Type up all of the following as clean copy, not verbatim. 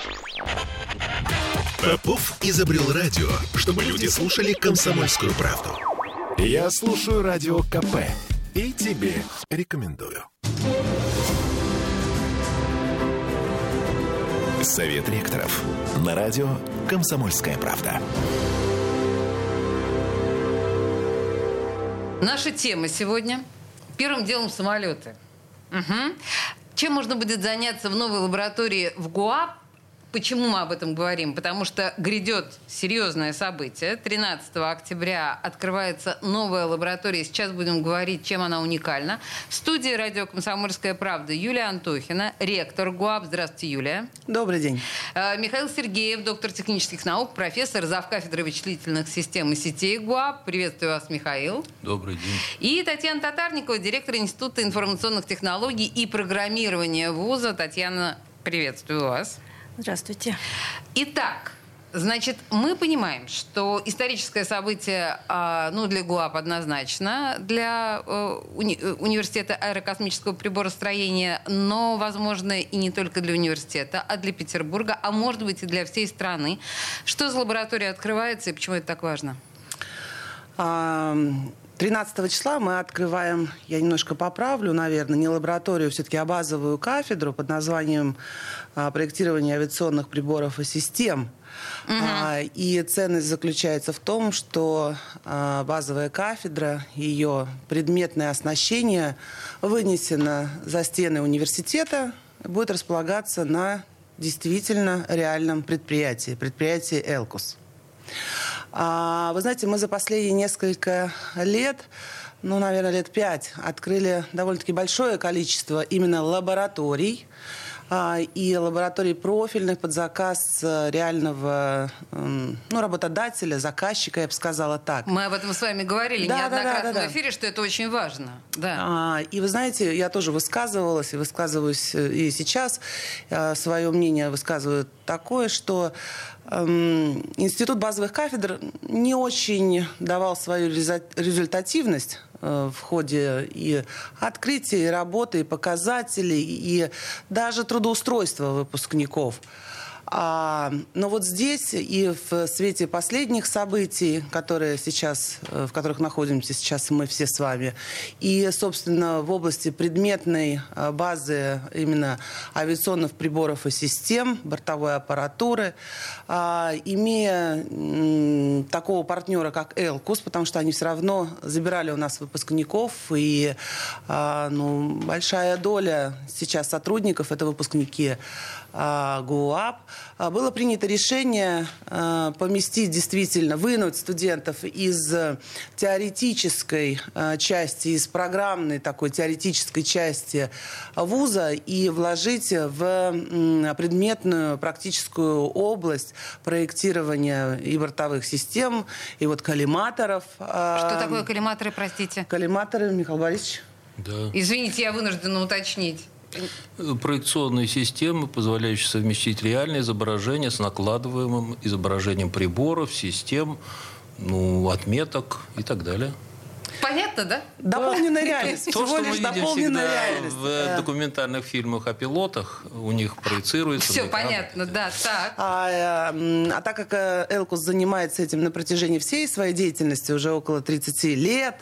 Попов изобрел радио, чтобы люди слушали «Комсомольскую правду». Я слушаю Радио КП и тебе рекомендую. Совет ректоров на радио «Комсомольская правда». Наша тема сегодня – первым делом самолеты. Чем можно будет заняться в новой лаборатории в ГУАП? Почему мы об этом говорим? Потому что грядет серьезное событие. 13 октября открывается новая лаборатория. Сейчас будем говорить, чем она уникальна. В студии радио «Комсомольская правда» Юлия Антохина, ректор ГУАП. Здравствуйте, Юлия. Добрый день. Михаил Сергеев, доктор технических наук, профессор, завкафедры вычислительных систем и сетей ГУАП. Приветствую вас, Михаил. Добрый день. И Татьяна Татарникова, директор Института информационных технологий и программирования вуза. Татьяна, приветствую вас. Здравствуйте. Итак, значит, мы понимаем, что историческое событие, для ГУАП однозначно, для университета аэрокосмического приборостроения, но, возможно, и не только для университета, а для Петербурга, а может быть и для всей страны. Что за лаборатория открывается и почему это так важно? 13 числа мы открываем, я немножко поправлю, наверное, не лабораторию, все-таки а базовую кафедру под названием проектирование авиационных приборов и систем. И ценность заключается в том, что базовая кафедра, ее предметное оснащение вынесено за стены университета, будет располагаться на действительно реальном предприятии «Элкус». Вы знаете, мы за последние несколько лет, наверное, лет 5, открыли довольно-таки большое количество именно лабораторий, и лабораторий профильных под заказ реального работодателя, заказчика, я бы сказала так. Мы об этом с вами говорили неоднократно в эфире, что это очень важно. Да. И вы знаете, я тоже высказывалась и высказываюсь и сейчас. Свое мнение высказываю такое, что Институт базовых кафедр не очень давал свою результативность в ходе и открытия, и работы, и показателей, и даже трудоустройства выпускников. Но вот здесь и в свете последних событий, в которых находимся сейчас мы все с вами, и, собственно, в области предметной базы именно авиационных приборов и систем, бортовой аппаратуры, имея такого партнера, как «Элкус», потому что они все равно забирали у нас выпускников, и большая доля сейчас сотрудников — это выпускники ГУАП, было принято решение вынуть студентов из теоретической части, из программной такой теоретической части вуза и вложить в предметную практическую область проектирования и бортовых систем, и коллиматоров. Что такое коллиматоры, простите? Коллиматоры, Михаил Борисович? Да. Извините, я вынуждена уточнить. Проекционные системы, позволяющие совместить реальное изображение с накладываемым изображением приборов, систем, отметок и так далее. Понятно, да? Дополненная реальность. То, что мы видим всегда реальность. в документальных фильмах о пилотах, у них проецируется. Все понятно, да, так. Так как «Элкус» занимается этим на протяжении всей своей деятельности, уже около 30 лет,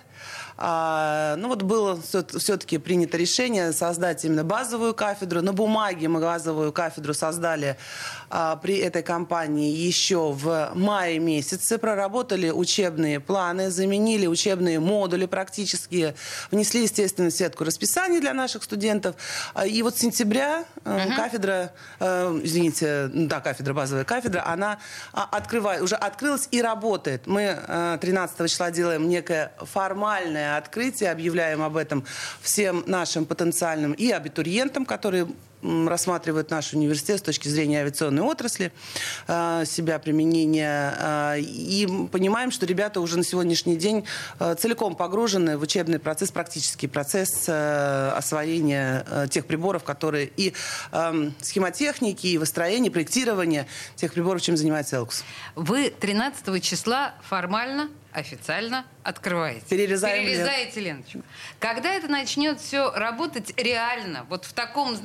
было все-таки принято решение создать именно базовую кафедру. На бумаге мы базовую кафедру создали при этой компании еще в мае месяце. Проработали учебные планы, заменили учебные модули практически, внесли, естественно, сетку расписаний для наших студентов. И с сентября кафедра базовая кафедра, она уже открылась и работает. Мы 13 числа делаем некое формальное открытие, объявляем об этом всем нашим потенциальным и абитуриентам, которые рассматривают наш университет с точки зрения авиационной отрасли, себя применения. И понимаем, что ребята уже на сегодняшний день целиком погружены в учебный процесс, практический процесс освоения тех приборов, которые и схемотехники, и выстроения, проектирования тех приборов, чем занимается «Элкус». Вы 13 числа формально, официально открываете. Перерезаете ленточку. Когда это начнет все работать реально, в таком, знаете,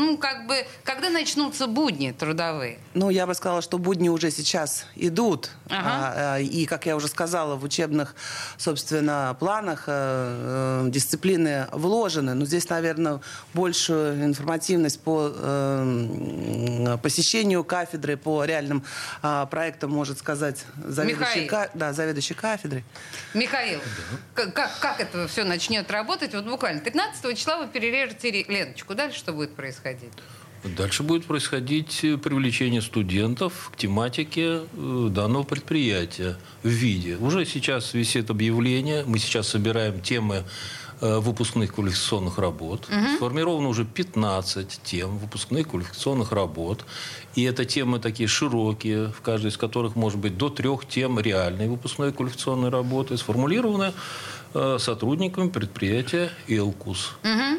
когда начнутся будни трудовые? Я бы сказала, что будни уже сейчас идут. Ага. И, как я уже сказала, в учебных, собственно, планах дисциплины вложены. Но здесь, наверное, большую информативность по посещению кафедры, по реальным проектам может сказать заведующий кафедрой. Михаил, как это все начнет работать? Вот буквально 15 числа вы перережете ленточку. Дальше что будет происходить? Дальше будет происходить привлечение студентов к тематике данного предприятия в виде. Уже сейчас висит объявление, мы сейчас собираем темы выпускных квалификационных работ. Сформировано уже 15 тем выпускных квалификационных работ. И это темы такие широкие, в каждой из которых может быть до 3 тем реальной выпускной квалификационной работы, сформулированы сотрудниками предприятия «Элкус».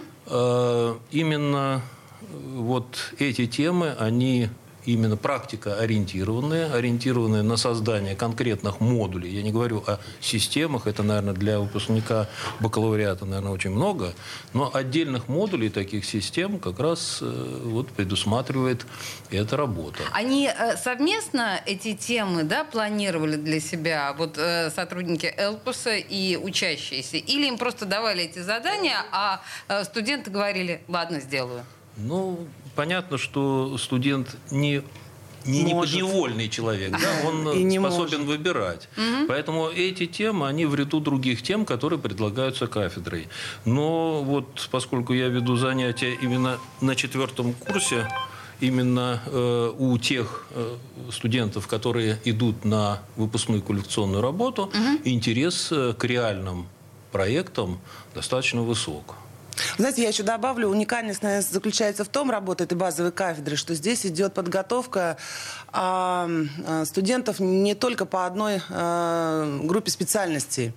Именно вот эти темы, они именно ориентированные на создание конкретных модулей. Я не говорю о системах, это, наверное, для выпускника бакалавриата, наверное, очень много, но отдельных модулей таких систем как раз предусматривает эта работа. Они совместно эти темы, планировали для себя, сотрудники Элкуса и учащиеся? Или им просто давали эти задания, а студенты говорили: ладно, сделаю? Понятно, что студент не подневольный человек, он способен выбирать. Поэтому эти темы, они в ряду других тем, которые предлагаются кафедрой. Но поскольку я веду занятия именно на 4-м курсе, именно у тех студентов, которые идут на выпускную квалификационную работу, интерес к реальным проектам достаточно высок. Знаете, я еще добавлю, уникальность, наверное, заключается в том, работы этой базовой кафедры, что здесь идет подготовка студентов не только по одной группе специальностей.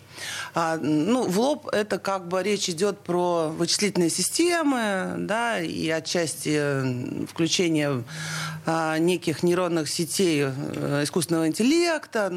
В лоб это речь идет про вычислительные системы, и отчасти включение неких нейронных сетей искусственного интеллекта,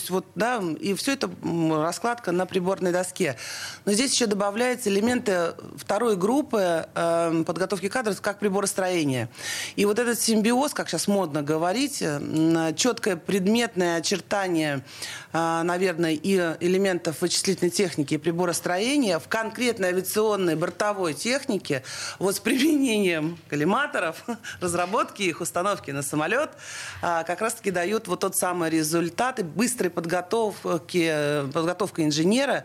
и все это раскладка на приборной доске. Но здесь еще добавляются элементы второй группы подготовки кадров как приборостроения. И этот симбиоз, как сейчас модно говорить, четкое предметное очертание, наверное, и элементов вычислительной техники и приборостроения в конкретной авиационной бортовой технике, с применением коллиматоров, разработки их, установки на самолет, как раз-таки дают тот самый результат и быстрой подготовка инженера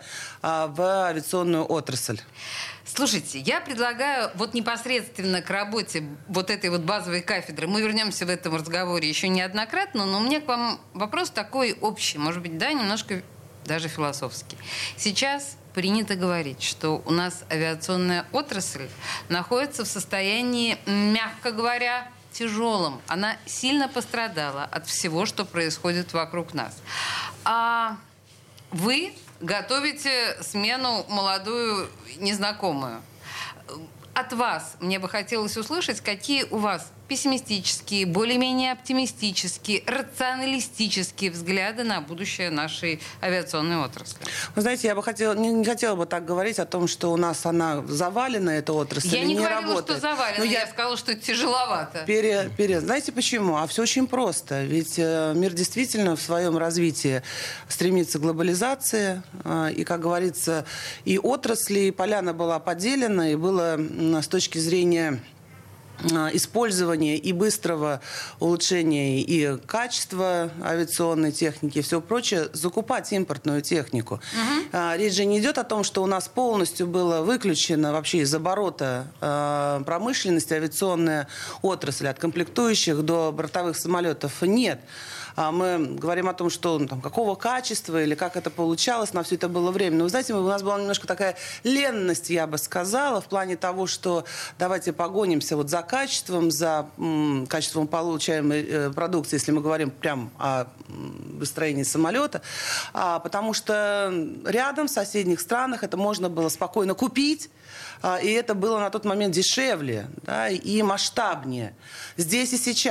в авиационную отрасль. Слушайте, я предлагаю непосредственно к работе этой базовой кафедры. Мы вернемся в этом разговоре еще неоднократно, но у меня к вам вопрос такой общий, может быть, немножко даже философский. Сейчас принято говорить, что у нас авиационная отрасль находится в состоянии, мягко говоря, тяжелом. Она сильно пострадала от всего, что происходит вокруг нас. А вы готовите смену молодую, незнакомую. От вас мне бы хотелось услышать, какие у вас пессимистические, более-менее оптимистические, рационалистические взгляды на будущее нашей авиационной отрасли. Вы знаете, я бы не хотела бы так говорить о том, что у нас она завалена, эта отрасль, я не говорила, работает. Что завалена, я сказала, что это тяжеловато. Знаете почему? А все очень просто. Ведь мир действительно в своем развитии стремится к глобализации. И, как говорится, и отрасли, и поляна была поделена, и было с точки зрения использования и быстрого улучшения и качества авиационной техники и все прочее, закупать импортную технику. Речь же не идет о том, что у нас полностью было выключено вообще из оборота промышленности авиационная отрасль, от комплектующих до бортовых самолетов. Нет. Мы говорим о том, что какого качества или как это получалось, на все это было время. Но, вы знаете, у нас была немножко такая ленность, я бы сказала, в плане того, что давайте погонимся за качеством, за качеством получаемой продукции, если мы говорим прям о построении самолета, потому что рядом, в соседних странах, это можно было спокойно купить, и это было на тот момент дешевле, и масштабнее. Здесь и сейчас.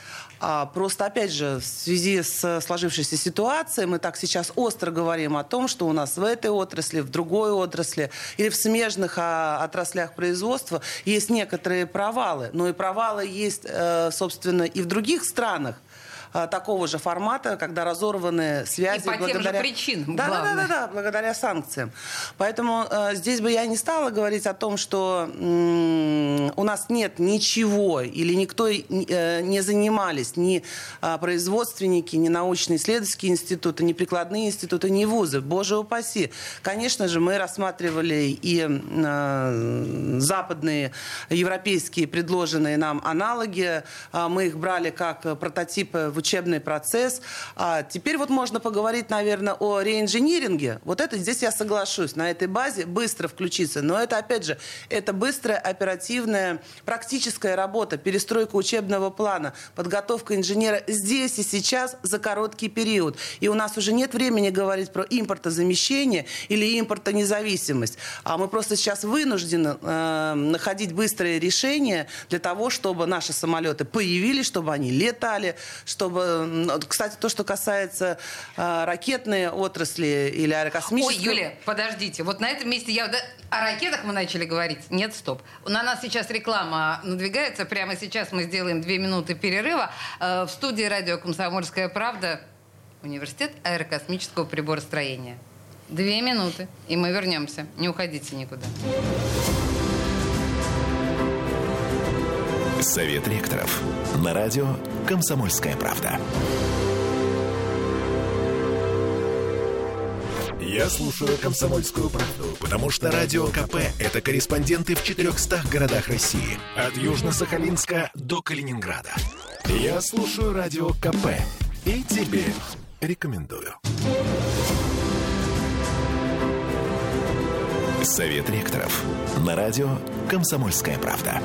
Просто, опять же, в связи с сложившейся ситуацией мы так сейчас остро говорим о том, что у нас в этой отрасли, в другой отрасли или в смежных отраслях производства есть некоторые провалы. Но и провалы есть, собственно, и в других странах такого же формата, когда разорваны связи. И по тем же причинам, да, благодаря санкциям. Поэтому здесь бы я не стала говорить о том, что у нас нет ничего, или никто не занимались, ни производственники, ни научно-исследовательские институты, ни прикладные институты, ни вузы. Боже упаси. Конечно же, мы рассматривали и западные, европейские предложенные нам аналоги. Мы их брали как прототипы в учебный процесс. Теперь вот можно поговорить, наверное, о реинжиниринге. Вот это здесь я соглашусь. На этой базе быстро включиться. Но это, опять же, это быстрая, оперативная, практическая работа, перестройка учебного плана, подготовка инженера здесь и сейчас за короткий период. И у нас уже нет времени говорить про импортозамещение или импортонезависимость. А мы просто сейчас вынуждены находить быстрые решения для того, чтобы наши самолеты появились, чтобы они летали, чтобы... Кстати, то, что касается ракетной отрасли или аэрокосмической... Ой, Юлия, подождите. Вот на этом месте о ракетах мы начали говорить. Нет, стоп. На нас сейчас реклама надвигается. Прямо сейчас мы сделаем 2 минуты перерыва. В студии радио «Комсомольская правда» Университет аэрокосмического приборостроения. 2 минуты, и мы вернемся. Не уходите никуда. Совет ректоров. На радио «Комсомольская правда». Я слушаю «Комсомольскую правду», потому что Радио КП – это корреспонденты в 400 городах России. От Южно-Сахалинска до Калининграда. Я слушаю Радио КП и тебе рекомендую. Совет ректоров. На радио «Комсомольская правда».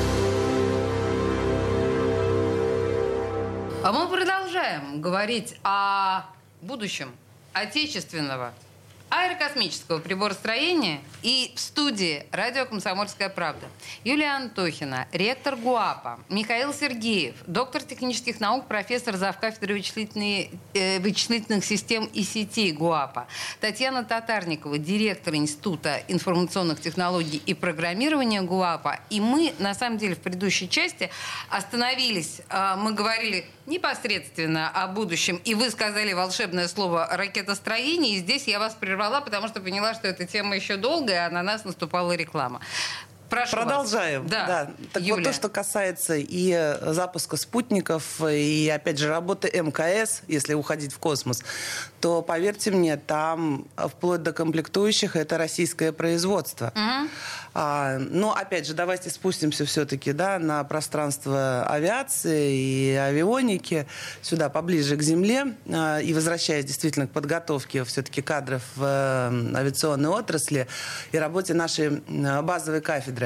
А мы продолжаем говорить о будущем отечественного аэрокосмического приборостроения. И в студии радио «Комсомольская правда» Юлия Антохина, ректор ГУАПа, Михаил Сергеев, доктор технических наук, профессор завкафедры вычислительных систем и сетей ГУАПа, Татьяна Татарникова, директор Института информационных технологий и программирования ГУАПа. И мы, на самом деле, в предыдущей части остановились, мы говорили непосредственно о будущем, и вы сказали волшебное слово «ракетостроение», и здесь я вас прервала, потому что поняла, что эта тема еще долгая, а на нас наступала реклама. Прошу Продолжаем. Вас. Да. Так вот, то, что касается и запуска спутников, и, опять же, работы МКС, если уходить в космос, то, поверьте мне, там, вплоть до комплектующих, это российское производство. Угу. Но, опять же, давайте спустимся все-таки на пространство авиации и авионики, сюда, поближе к земле, и возвращаясь действительно к подготовке все-таки кадров в авиационной отрасли и работе нашей базовой кафедры.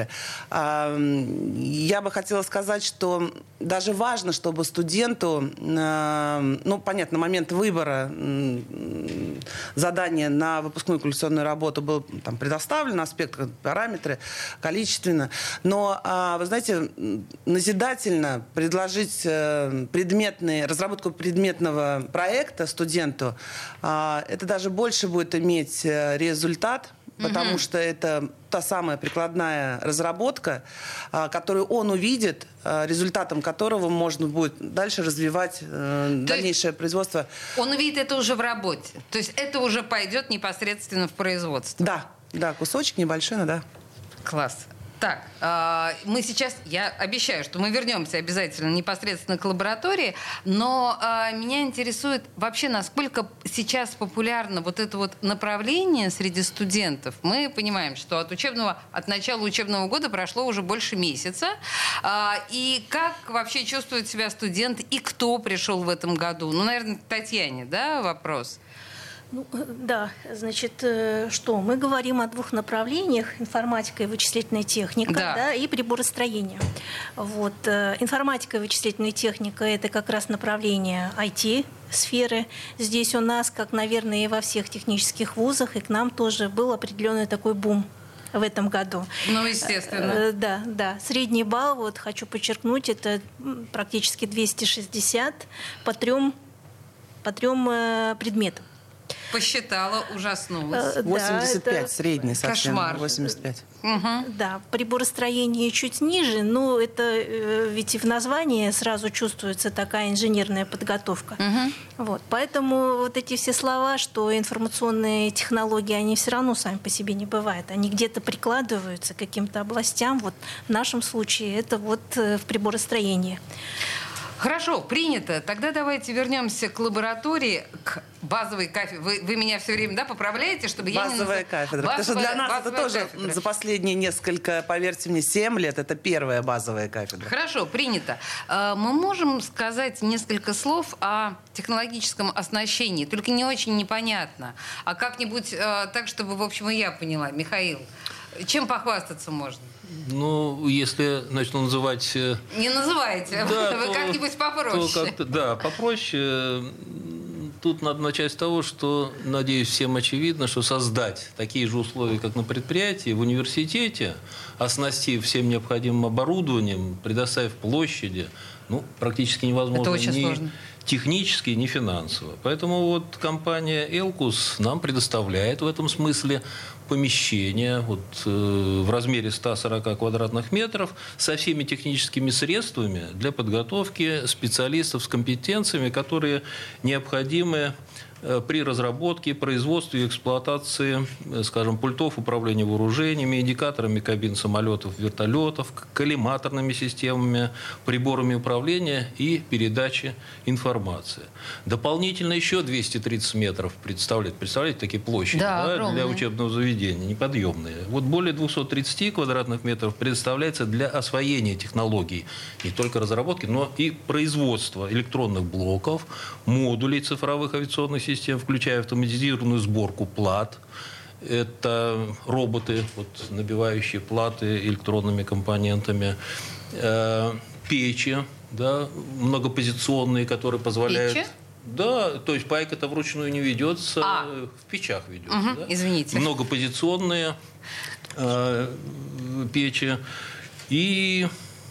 Я бы хотела сказать, что даже важно, чтобы студенту, понятно, момент выбора задания на выпускную квалификационную работу был предоставлен, аспект, параметры, количественно. Но, вы знаете, назидательно предложить разработку предметного проекта студенту, это даже больше будет иметь результат, потому что это та самая прикладная разработка, которую он увидит, результатом которого можно будет дальше развивать дальнейшее производство. Он увидит это уже в работе. То есть это уже пойдет непосредственно в производство. Да, кусочек небольшой, да. Класс. Так, мы сейчас, я обещаю, что мы вернемся обязательно непосредственно к лаборатории, но меня интересует вообще, насколько сейчас популярно вот это вот направление среди студентов. Мы понимаем, что от начала учебного года прошло уже больше месяца. И как вообще чувствует себя студент и кто пришел в этом году? Наверное, Татьяне, да, вопрос? Да, значит, что? Мы говорим о 2 направлениях: информатика и вычислительная техника, и приборостроение. Вот. Информатика и вычислительная техника – это как раз направление IT-сферы. Здесь у нас, как, наверное, и во всех технических вузах, и к нам тоже был определенный такой бум в этом году. Ну, естественно. Да. Средний балл, вот хочу подчеркнуть, это практически 260 по трем предметам. Посчитала, ужаснулась. 85 средний совсем. Кошмар. 85. Угу. Да, приборостроение чуть ниже, но это ведь и в названии сразу чувствуется такая инженерная подготовка. Угу. Вот, поэтому вот эти все слова, что информационные технологии, они все равно сами по себе не бывают. Они где-то прикладываются к каким-то областям. Вот в нашем случае это вот в приборостроении. Хорошо, принято. Тогда давайте вернемся к лаборатории, к базовой кафедре. Вы меня все время, да, поправляете, чтобы я не... Базовая кафедра. Потому что для нас это тоже за последние несколько, поверьте мне, 7 лет, это первая базовая кафедра. Хорошо, принято. Мы можем сказать несколько слов о технологическом оснащении, только не очень непонятно. А как-нибудь так, чтобы, в общем, и я поняла. Михаил, чем похвастаться можно? Ну, если начну называть... Не называйте, да, вы как-нибудь попроще. Да, попроще. Тут надо начать с того, что, надеюсь, всем очевидно, что создать такие же условия, как на предприятии, в университете, оснастив всем необходимым оборудованием, предоставив площади, ну, практически невозможно. Это очень сложно. Технически, не финансово. Поэтому вот компания «Элкус» нам предоставляет в этом смысле помещение вот, в размере 140 квадратных метров со всеми техническими средствами для подготовки специалистов с компетенциями, которые необходимы при разработке, производстве и эксплуатации, скажем, пультов управления вооружениями, индикаторами кабин самолетов, вертолетов, коллиматорными системами, приборами управления и передачи информации. Дополнительно еще 230 метров представляете, такие площади, да, для учебного заведения, неподъемные. Вот более 230 квадратных метров предоставляется для освоения технологий, не только разработки, но и производства электронных блоков, модулей цифровых авиационных систем, включая автоматизированную сборку плат. Это роботы, вот, набивающие платы электронными компонентами, печи, да, многопозиционные, которые позволяют... Печи? Да, то есть пайка-то вручную не ведется, в печах ведется. Угу, да? Извините. Многопозиционные печи и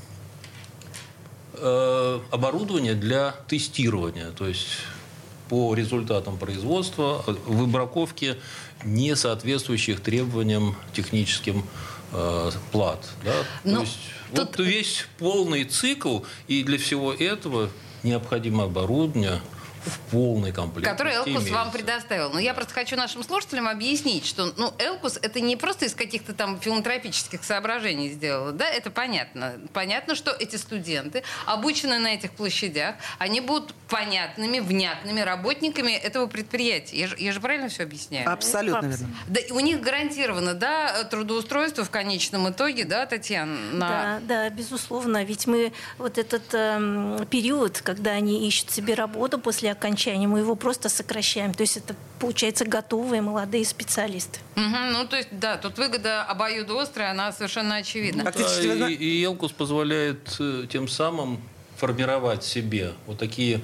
оборудование для тестирования, то есть по результатам производства, выбраковки не соответствующих требованиям техническим плат. Да? То есть вот весь полный цикл, и для всего этого необходимо оборудование в полный комплект. Который «Элкус» вам предоставил. Но я просто хочу нашим слушателям объяснить, что «Элкус» это не просто из каких-то там филантропических соображений сделало. Да, это понятно. Понятно, что эти студенты, обученные на этих площадях, они будут понятными, внятными работниками этого предприятия. Я же правильно все объясняю? Абсолютно верно. Да, у них гарантировано, да, трудоустройство в конечном итоге, да, Татьяна? Да, безусловно. Ведь мы вот этот период, когда они ищут себе работу после окончания, мы его просто сокращаем. То есть это, получается, готовые молодые специалисты. Ну, то есть, да, тут выгода обоюдоострая, она совершенно очевидна. Да, и «Элкус» позволяет тем самым формировать себе вот такие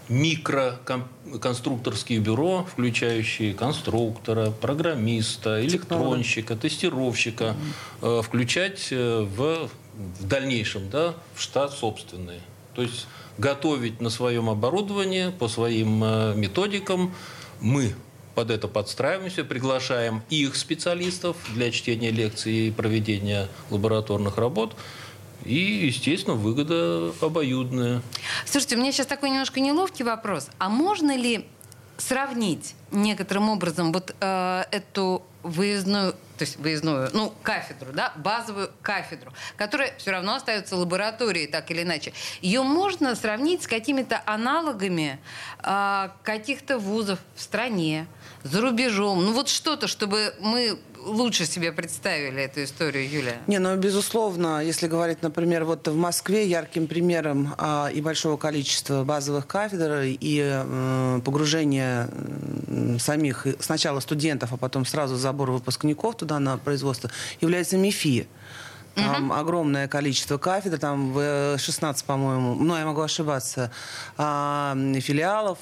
микроконструкторские бюро, включающие конструктора, программиста, электронщика, тестировщика, включать в дальнейшем, да, в штат собственный. То есть готовить на своем оборудовании, по своим методикам. Мы под это подстраиваемся, приглашаем их специалистов для чтения лекций и проведения лабораторных работ. И, естественно, выгода обоюдная. Слушайте, у меня сейчас такой немножко неловкий вопрос. А можно ли сравнить некоторым образом вот эту выездную, кафедру, да, базовую кафедру, которая все равно остается лабораторией, так или иначе. Ее можно сравнить с какими-то аналогами каких-то вузов в стране, за рубежом. Ну вот что-то, чтобы мы лучше себе представили эту историю, Юлия. Безусловно, если говорить, например, вот в Москве ярким примером и большого количества базовых кафедр, и погружения самих сначала студентов, а потом сразу забор выпускников туда на производство, является МИФИ. Там огромное количество кафедр, там 16, по-моему, ну, я могу ошибаться, филиалов,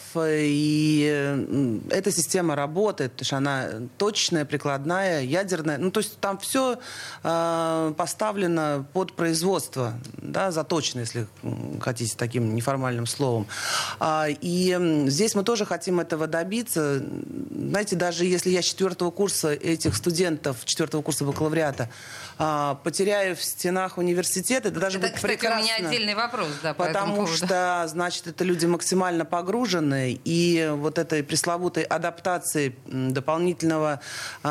и эта система работает, потому что она точная, прикладная, ядерная. Ну, то есть там все поставлено под производство, да, заточено, если хотите, таким неформальным словом. И здесь мы тоже хотим этого добиться. Знаете, даже если я с 4-го курса этих студентов, 4-го курса бакалавриата, потеряю в стенах университета, это даже будет кстати, прекрасно. У меня отдельный вопрос, да, по этому потому поводу. что, значит, это люди максимально погружены, и вот этой пресловутой адаптации дополнительного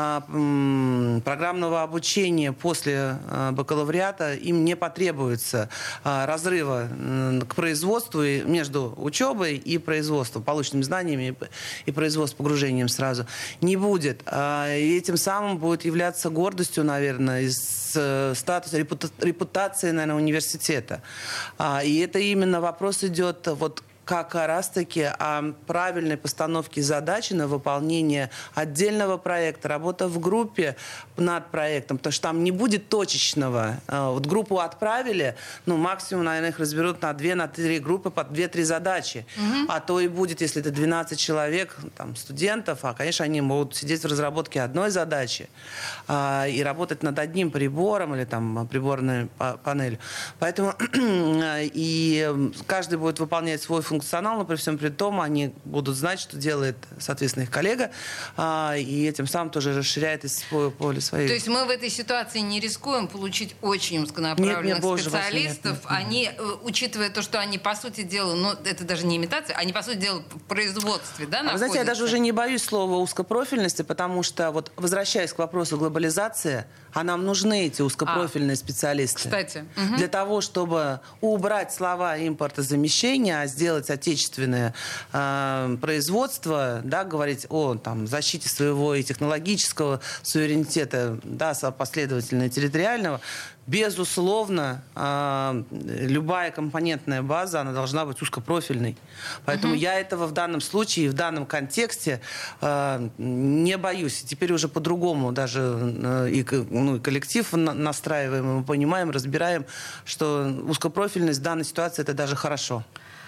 программного обучения после бакалавриата им не потребуется разрыва к производству между учебой и производством, полученными знаниями и производством, погружением сразу, не будет. И этим самым будет являться гордостью, наверное, из статуса, репутации, наверное, университета. И это именно вопрос идет вот как раз-таки о правильной постановке задачи на выполнение отдельного проекта, работа в группе над проектом, потому что там не будет точечного. Вот группу отправили, ну, максимум, наверное, их разберут на 2-3 группы по 2-3 задачи. А то и будет, если это 12 человек, там, студентов, конечно, они могут сидеть в разработке одной задачи и работать над одним прибором или там приборной панелью. Поэтому и каждый будет выполнять свой функционал, но при всем при том они будут знать, что делает, соответственно, их коллега, и этим самым тоже расширяет поле своей. То есть мы в этой ситуации не рискуем получить очень узконаправленных специалистов. Они, учитывая то, что они, по сути дела, ну, это даже не имитация, они, по сути дела, в производстве, да, находятся? Вы знаете, я даже уже не боюсь слова узкопрофильности, потому что, вот, возвращаясь к вопросу глобализации, а нам нужны эти узкопрофильные специалисты. Кстати. Для того, чтобы убрать слова импортозамещения, а сделать отечественное производство, да, говорить о там, защите своего и технологического суверенитета, да, последовательно и территориального, безусловно, любая компонентная база, она должна быть узкопрофильной. Поэтому я этого в данном случае, в данном контексте не боюсь. Теперь уже по-другому даже и коллектив настраиваем, мы понимаем, разбираем, что узкопрофильность в данной ситуации – это даже хорошо.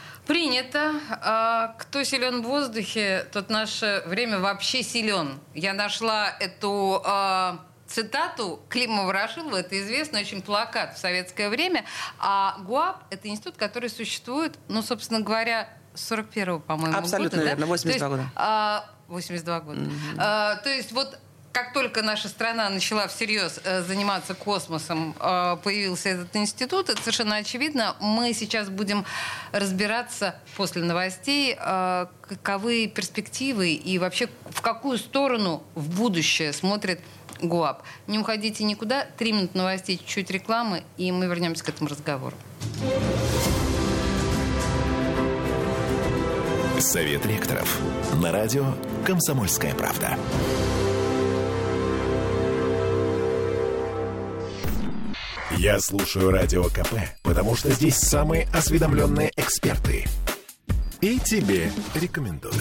Принято. Кто силен в воздухе, тот в наше время вообще силен. Я нашла эту цитату Климова-Ворошилова. Это известный очень плакат в советское время. А ГУАП – это институт, который существует, ну, собственно говоря, с 41-го, по-моему, абсолютно года. Верно, 82 года. 82 года. То есть вот как только наша страна начала всерьез заниматься космосом, появился этот институт, это совершенно очевидно. Мы сейчас будем разбираться после новостей, каковы перспективы и вообще в какую сторону в будущее смотрит ГУАП. Не уходите никуда. 3 минуты новостей, чуть-чуть рекламы, и мы вернемся к этому разговору. Совет ректоров. На радио «Комсомольская правда». Я слушаю Радио КП, потому что здесь самые осведомленные эксперты. И тебе рекомендую.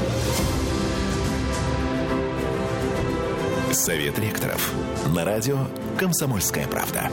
Совет ректоров. На радио «Комсомольская правда».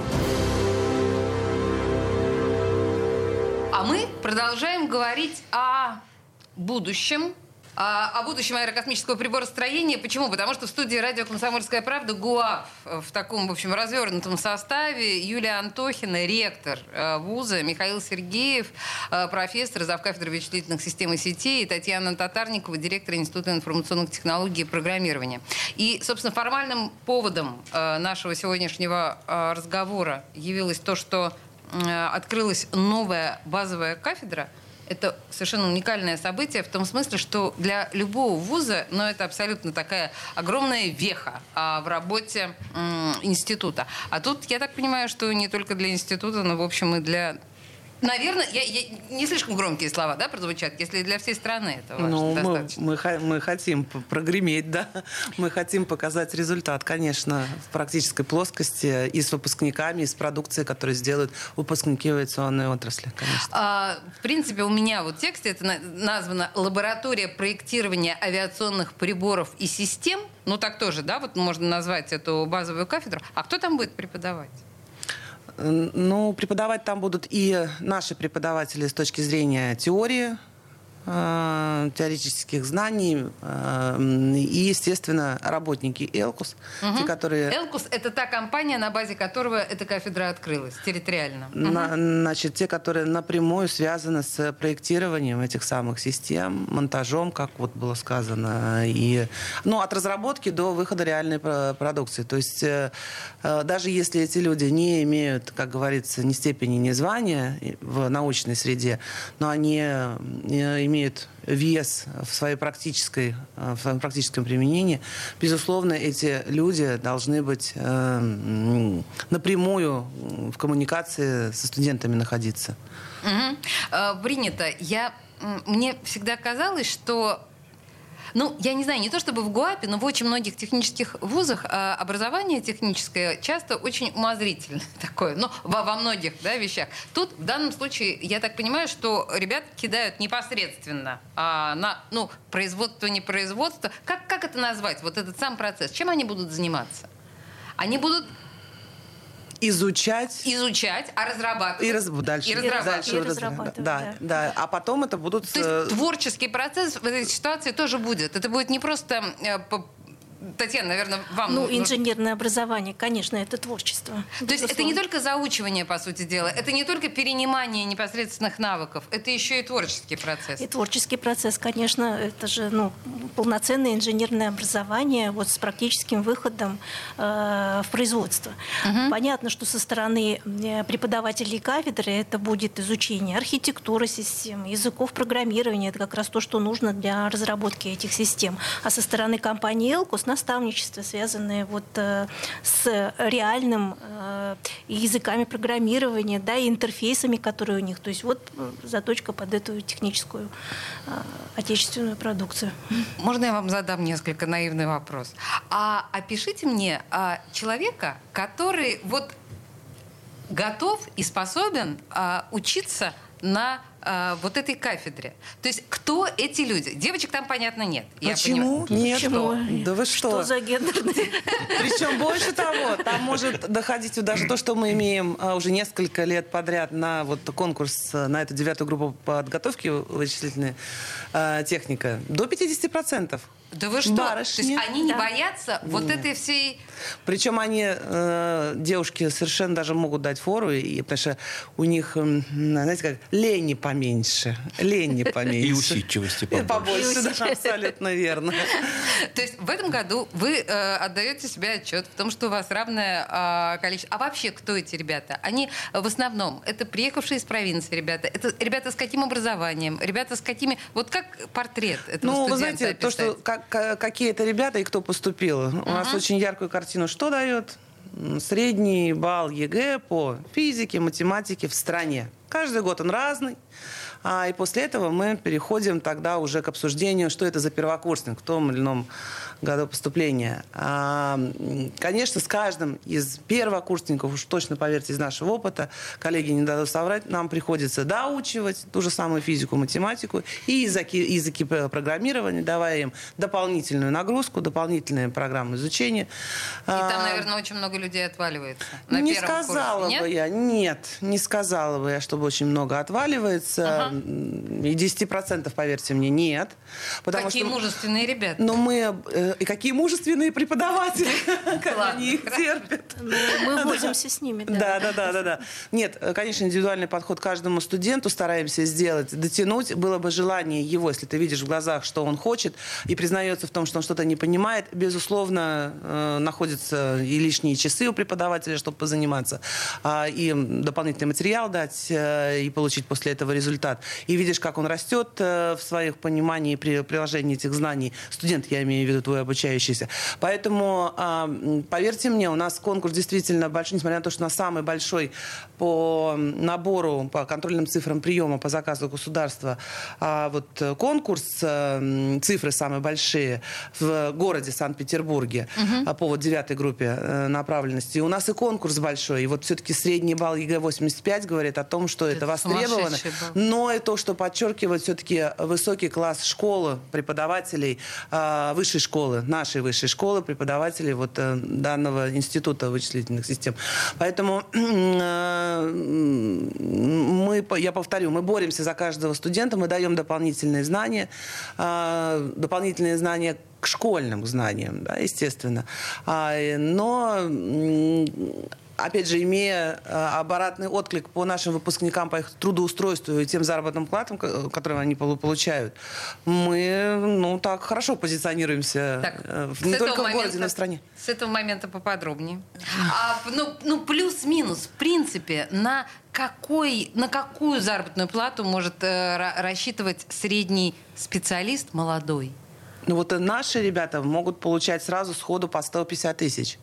А мы продолжаем говорить о будущем. О будущем аэрокосмического приборостроения. Почему? Потому что в студии радио «Комсомольская правда» ГУАП в таком, в общем, развернутом составе. Юлия Антохина, ректор вуза, Михаил Сергеев, профессор, завкафедры вычислительных систем и сетей, и Татьяна Татарникова, директор Института информационных технологий и программирования. И, собственно, формальным поводом нашего сегодняшнего разговора явилось то, что открылась новая базовая кафедра. Это совершенно уникальное событие в том смысле, что для любого вуза, но это абсолютно такая огромная веха в работе института. А тут, я так понимаю, что не только для института, но, в общем, и для... Наверное, не слишком громкие слова, да, прозвучат, если для всей страны это важно, достаточно. Мы хотим прогреметь, да, мы хотим показать результат, конечно, в практической плоскости и с выпускниками, и с продукцией, которую сделают выпускники авиационной отрасли, конечно. В принципе, у меня вот в тексте это названо «Лаборатория проектирования авиационных приборов и систем». Ну, так тоже, да, вот можно назвать эту базовую кафедру. А кто там будет преподавать? Ну, преподавать там будут и наши преподаватели с точки зрения теории, теоретических знаний и, естественно, работники Элкус, те, которые... Элкус — это та компания, на базе которого эта кафедра открылась территориально. Значит, те, которые напрямую связаны с проектированием этих самых систем, монтажом, как вот было сказано, и, ну, от разработки до выхода реальной продукции. То есть даже если эти люди не имеют, как говорится, ни степени, ни звания в научной среде, но они имеют вес в своем практическом применении, безусловно, эти люди должны быть напрямую в коммуникации со студентами находиться. Принято. Мне всегда казалось, что... Ну, я не знаю, не то чтобы в ГУАПе, но в очень многих технических вузах образование техническое часто очень умозрительное такое, но во многих, да, вещах. Тут в данном случае, я так понимаю, что ребят кидают непосредственно на производство, не производство. Как это назвать, вот этот сам процесс? Чем они будут заниматься? Они будут... Изучать, а разрабатывать. Дальше разрабатывать. Да. А потом это будут... То есть творческий процесс в этой ситуации тоже будет. Это будет не просто... Татьяна, наверное, вам... инженерное образование, конечно, это творчество. То есть это не только заучивание, по сути дела, это не только перенимание непосредственных навыков, это еще и творческий процесс. И творческий процесс, конечно, это же полноценное инженерное образование вот с практическим выходом в производство. Понятно, что со стороны преподавателей кафедры это будет изучение архитектуры систем, языков программирования, это как раз то, что нужно для разработки этих систем. А со стороны компании Элкус наставничество, связанное вот с реальным языками программирования, да, и интерфейсами, которые у них. То есть вот заточка под эту техническую отечественную продукцию. Можно я вам задам несколько наивный вопрос? Опишите мне человека, который вот готов и способен учиться на вот этой кафедре. То есть кто эти люди? Девочек там, понятно, нет. Почему? Нет. Почему? Да вы что? Что за гендерные? Причем больше того, там может доходить даже то, что мы имеем уже несколько лет подряд на вот конкурс на эту 9-ю группу подготовки вычислительной техника, до 50%. Да вы что? Барышни. То есть они не боятся вот этой всей... Причем они, девушки, совершенно даже могут дать фору, потому что у них, знаете, как лени поменьше. И усидчивости побольше. Да, абсолютно верно. То есть в этом году вы отдаете себе отчет в том, что у вас равное количество... А вообще кто эти ребята? Они в основном, это приехавшие из провинции ребята, это ребята с каким образованием, ребята с какими... Вот как портрет этого студента вы знаете, описать? То, что какие это ребята и кто поступил. У нас очень яркую картину что дает? Средний балл ЕГЭ по физике, математике в стране. Каждый год он разный. И после этого мы переходим тогда уже к обсуждению, что это за первокурсник в том или ином году поступления. Конечно, с каждым из первокурсников, уж точно поверьте, из нашего опыта, коллеги не дадут соврать, нам приходится доучивать ту же самую физику, математику и языки программирования, давая им дополнительную нагрузку, дополнительные программы изучения. И там, наверное, очень много людей отваливается на не первом сказала курсе, бы я, не сказала бы я, чтобы очень много отваливается. И 10%, поверьте мне, нет. Какие мужественные ребята. Но и какие мужественные преподаватели, как они их терпят. Мы возимся с ними. Да. Нет, конечно, индивидуальный подход к каждому студенту стараемся сделать, дотянуть. Было бы желание его, если ты видишь в глазах, что он хочет, и признается в том, что он что-то не понимает, безусловно, находятся и лишние часы у преподавателя, чтобы позаниматься, и дополнительный материал дать, и получить после этого результат. И видишь, как он растет в своих понимании при приложении этих знаний. Студент, я имею в виду, твой обучающийся. Поэтому, поверьте мне, у нас конкурс действительно большой, несмотря на то, что у нас самый большой по набору, по контрольным цифрам приема по заказу государства. Вот конкурс, цифры самые большие в городе Санкт-Петербурге по вот 9-й группе направленности. У нас и конкурс большой. И вот все-таки средний балл ЕГЭ 85 говорит о том, что это востребовано. Но Но и то, что подчеркивает все-таки высокий класс школы, преподавателей высшей школы, нашей высшей школы, преподавателей вот данного института вычислительных систем. Поэтому я повторю, мы боремся за каждого студента, мы даем дополнительные знания к школьным знаниям, да, естественно. Но опять же, имея обратный отклик по нашим выпускникам, по их трудоустройству и тем заработным платам, которые они получают, мы так хорошо позиционируемся не только в городе, но и в стране. С этого момента поподробнее. Плюс-минус, в принципе, на какую заработную плату может рассчитывать средний специалист молодой? Наши ребята могут получать сразу сходу по 150 тысяч.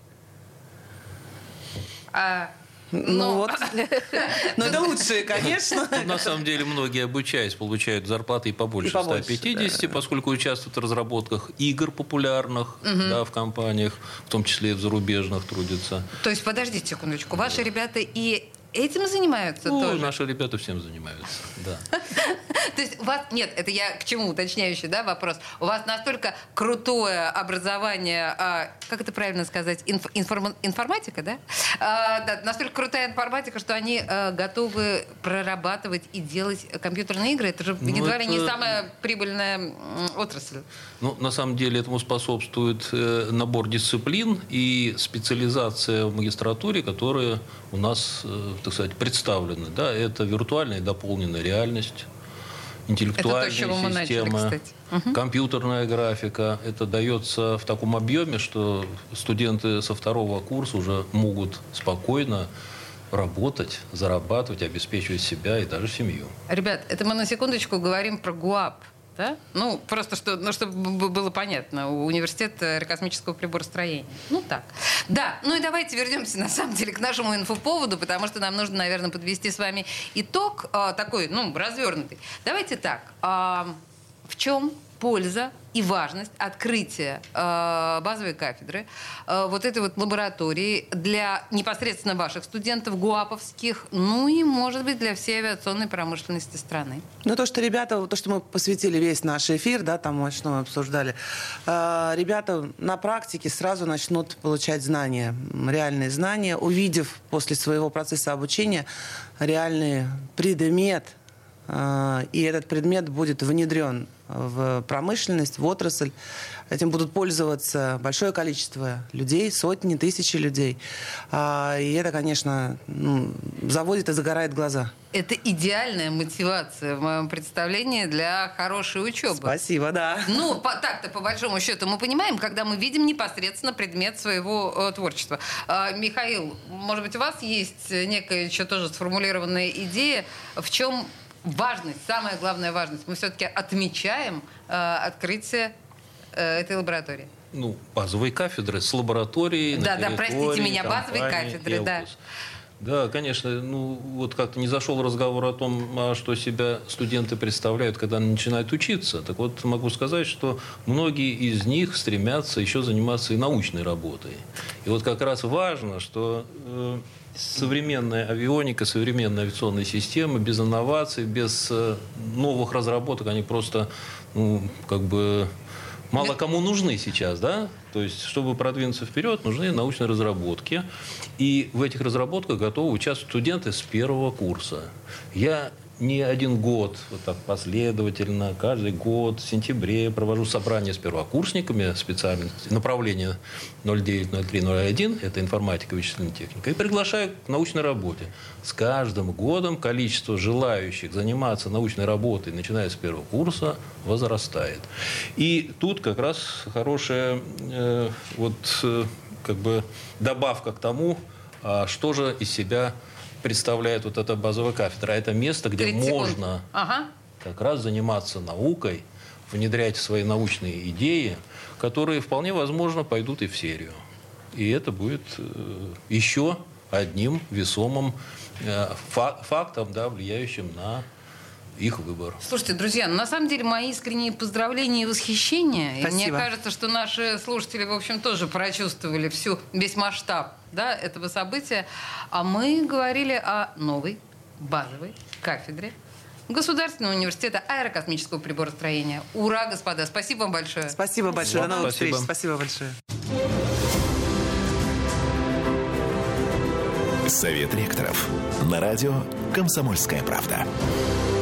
Но это лучшие, конечно. На самом деле многие, обучаясь, получают зарплаты и побольше 150, да. Поскольку участвуют в разработках игр популярных в компаниях, в том числе и в зарубежных трудятся. То есть, подождите секундочку, ваши ребята и этим занимаются тоже? Наши ребята всем занимаются, да. То есть у вас... Нет, это я к чему уточняющий, вопрос. У вас настолько крутое образование, как это правильно сказать, информатика, да? Да, настолько крутая информатика, что они готовы прорабатывать и делать компьютерные игры. Это же едва ли не самая прибыльная отрасль. На самом деле этому способствует набор дисциплин и специализация в магистратуре, которые у нас, так сказать, представлены. Да? Это виртуальная и дополненная реальность, интеллектуальная система, компьютерная графика. Это дается в таком объеме, что студенты со второго курса уже могут спокойно работать, зарабатывать, обеспечивать себя и даже семью. Ребят, это мы на секундочку говорим про ГУАП. Да? Просто чтобы было понятно. Университет аэрокосмического приборостроения. Так. Да, и давайте вернемся, на самом деле, к нашему инфоповоду, потому что нам нужно, наверное, подвести с вами итог такой, развернутый. Давайте так. В чем польза и важность открытия базовой кафедры, вот этой вот лаборатории для непосредственно ваших студентов гуаповских, и, может быть, для всей авиационной промышленности страны? То, что ребята, что мы посвятили весь наш эфир, там что мы обсуждали, ребята на практике сразу начнут получать знания, реальные знания, увидев после своего процесса обучения реальный предмет, и этот предмет будет внедрен в промышленность, в отрасль. Этим будут пользоваться большое количество людей, сотни, тысячи людей. И это, конечно, заводит и загорает глаза. Это идеальная мотивация, в моем представлении, для хорошей учебы. Спасибо, да. Так-то, по большому счету, мы понимаем, когда мы видим непосредственно предмет своего творчества. Михаил, может быть, у вас есть некая еще тоже сформулированная идея, в чем важность, самая главная важность? Мы все-таки отмечаем открытие этой лаборатории. Базовые кафедры с лабораторией. Да, простите меня, базовые кафедры, да. Да, конечно. Как-то не зашел разговор о том, что себя студенты представляют, когда они начинают учиться. Так вот, могу сказать, что многие из них стремятся еще заниматься и научной работой. И как раз важно, что современная авионика, современные авиационные системы без инноваций, без новых разработок, они просто, мало кому нужны сейчас, да? То есть, чтобы продвинуться вперед, нужны научные разработки. И в этих разработках готовы участвовать студенты с первого курса. Я не один год, так последовательно, каждый год в сентябре провожу собрания с первокурсниками специальности, направления 09, 03, 01, это информатика, вычислительная техника, и приглашаю к научной работе. С каждым годом количество желающих заниматься научной работой, начиная с первого курса, возрастает. И тут как раз хорошая добавка к тому, что же из себя представляет эта базовая кафедра. Это место, где можно как раз заниматься наукой, внедрять свои научные идеи, которые вполне возможно пойдут и в серию. И это будет еще одним весомым фактом, влияющим на их выбор. Слушайте, друзья, на самом деле мои искренние поздравления и восхищения. Спасибо. И мне кажется, что наши слушатели, в общем, тоже прочувствовали весь масштаб этого события. А мы говорили о новой базовой кафедре Государственного университета аэрокосмического приборостроения. Ура, господа! Спасибо вам большое. Спасибо большое. До новых встреч. Спасибо большое. Совет ректоров. На радио «Комсомольская правда».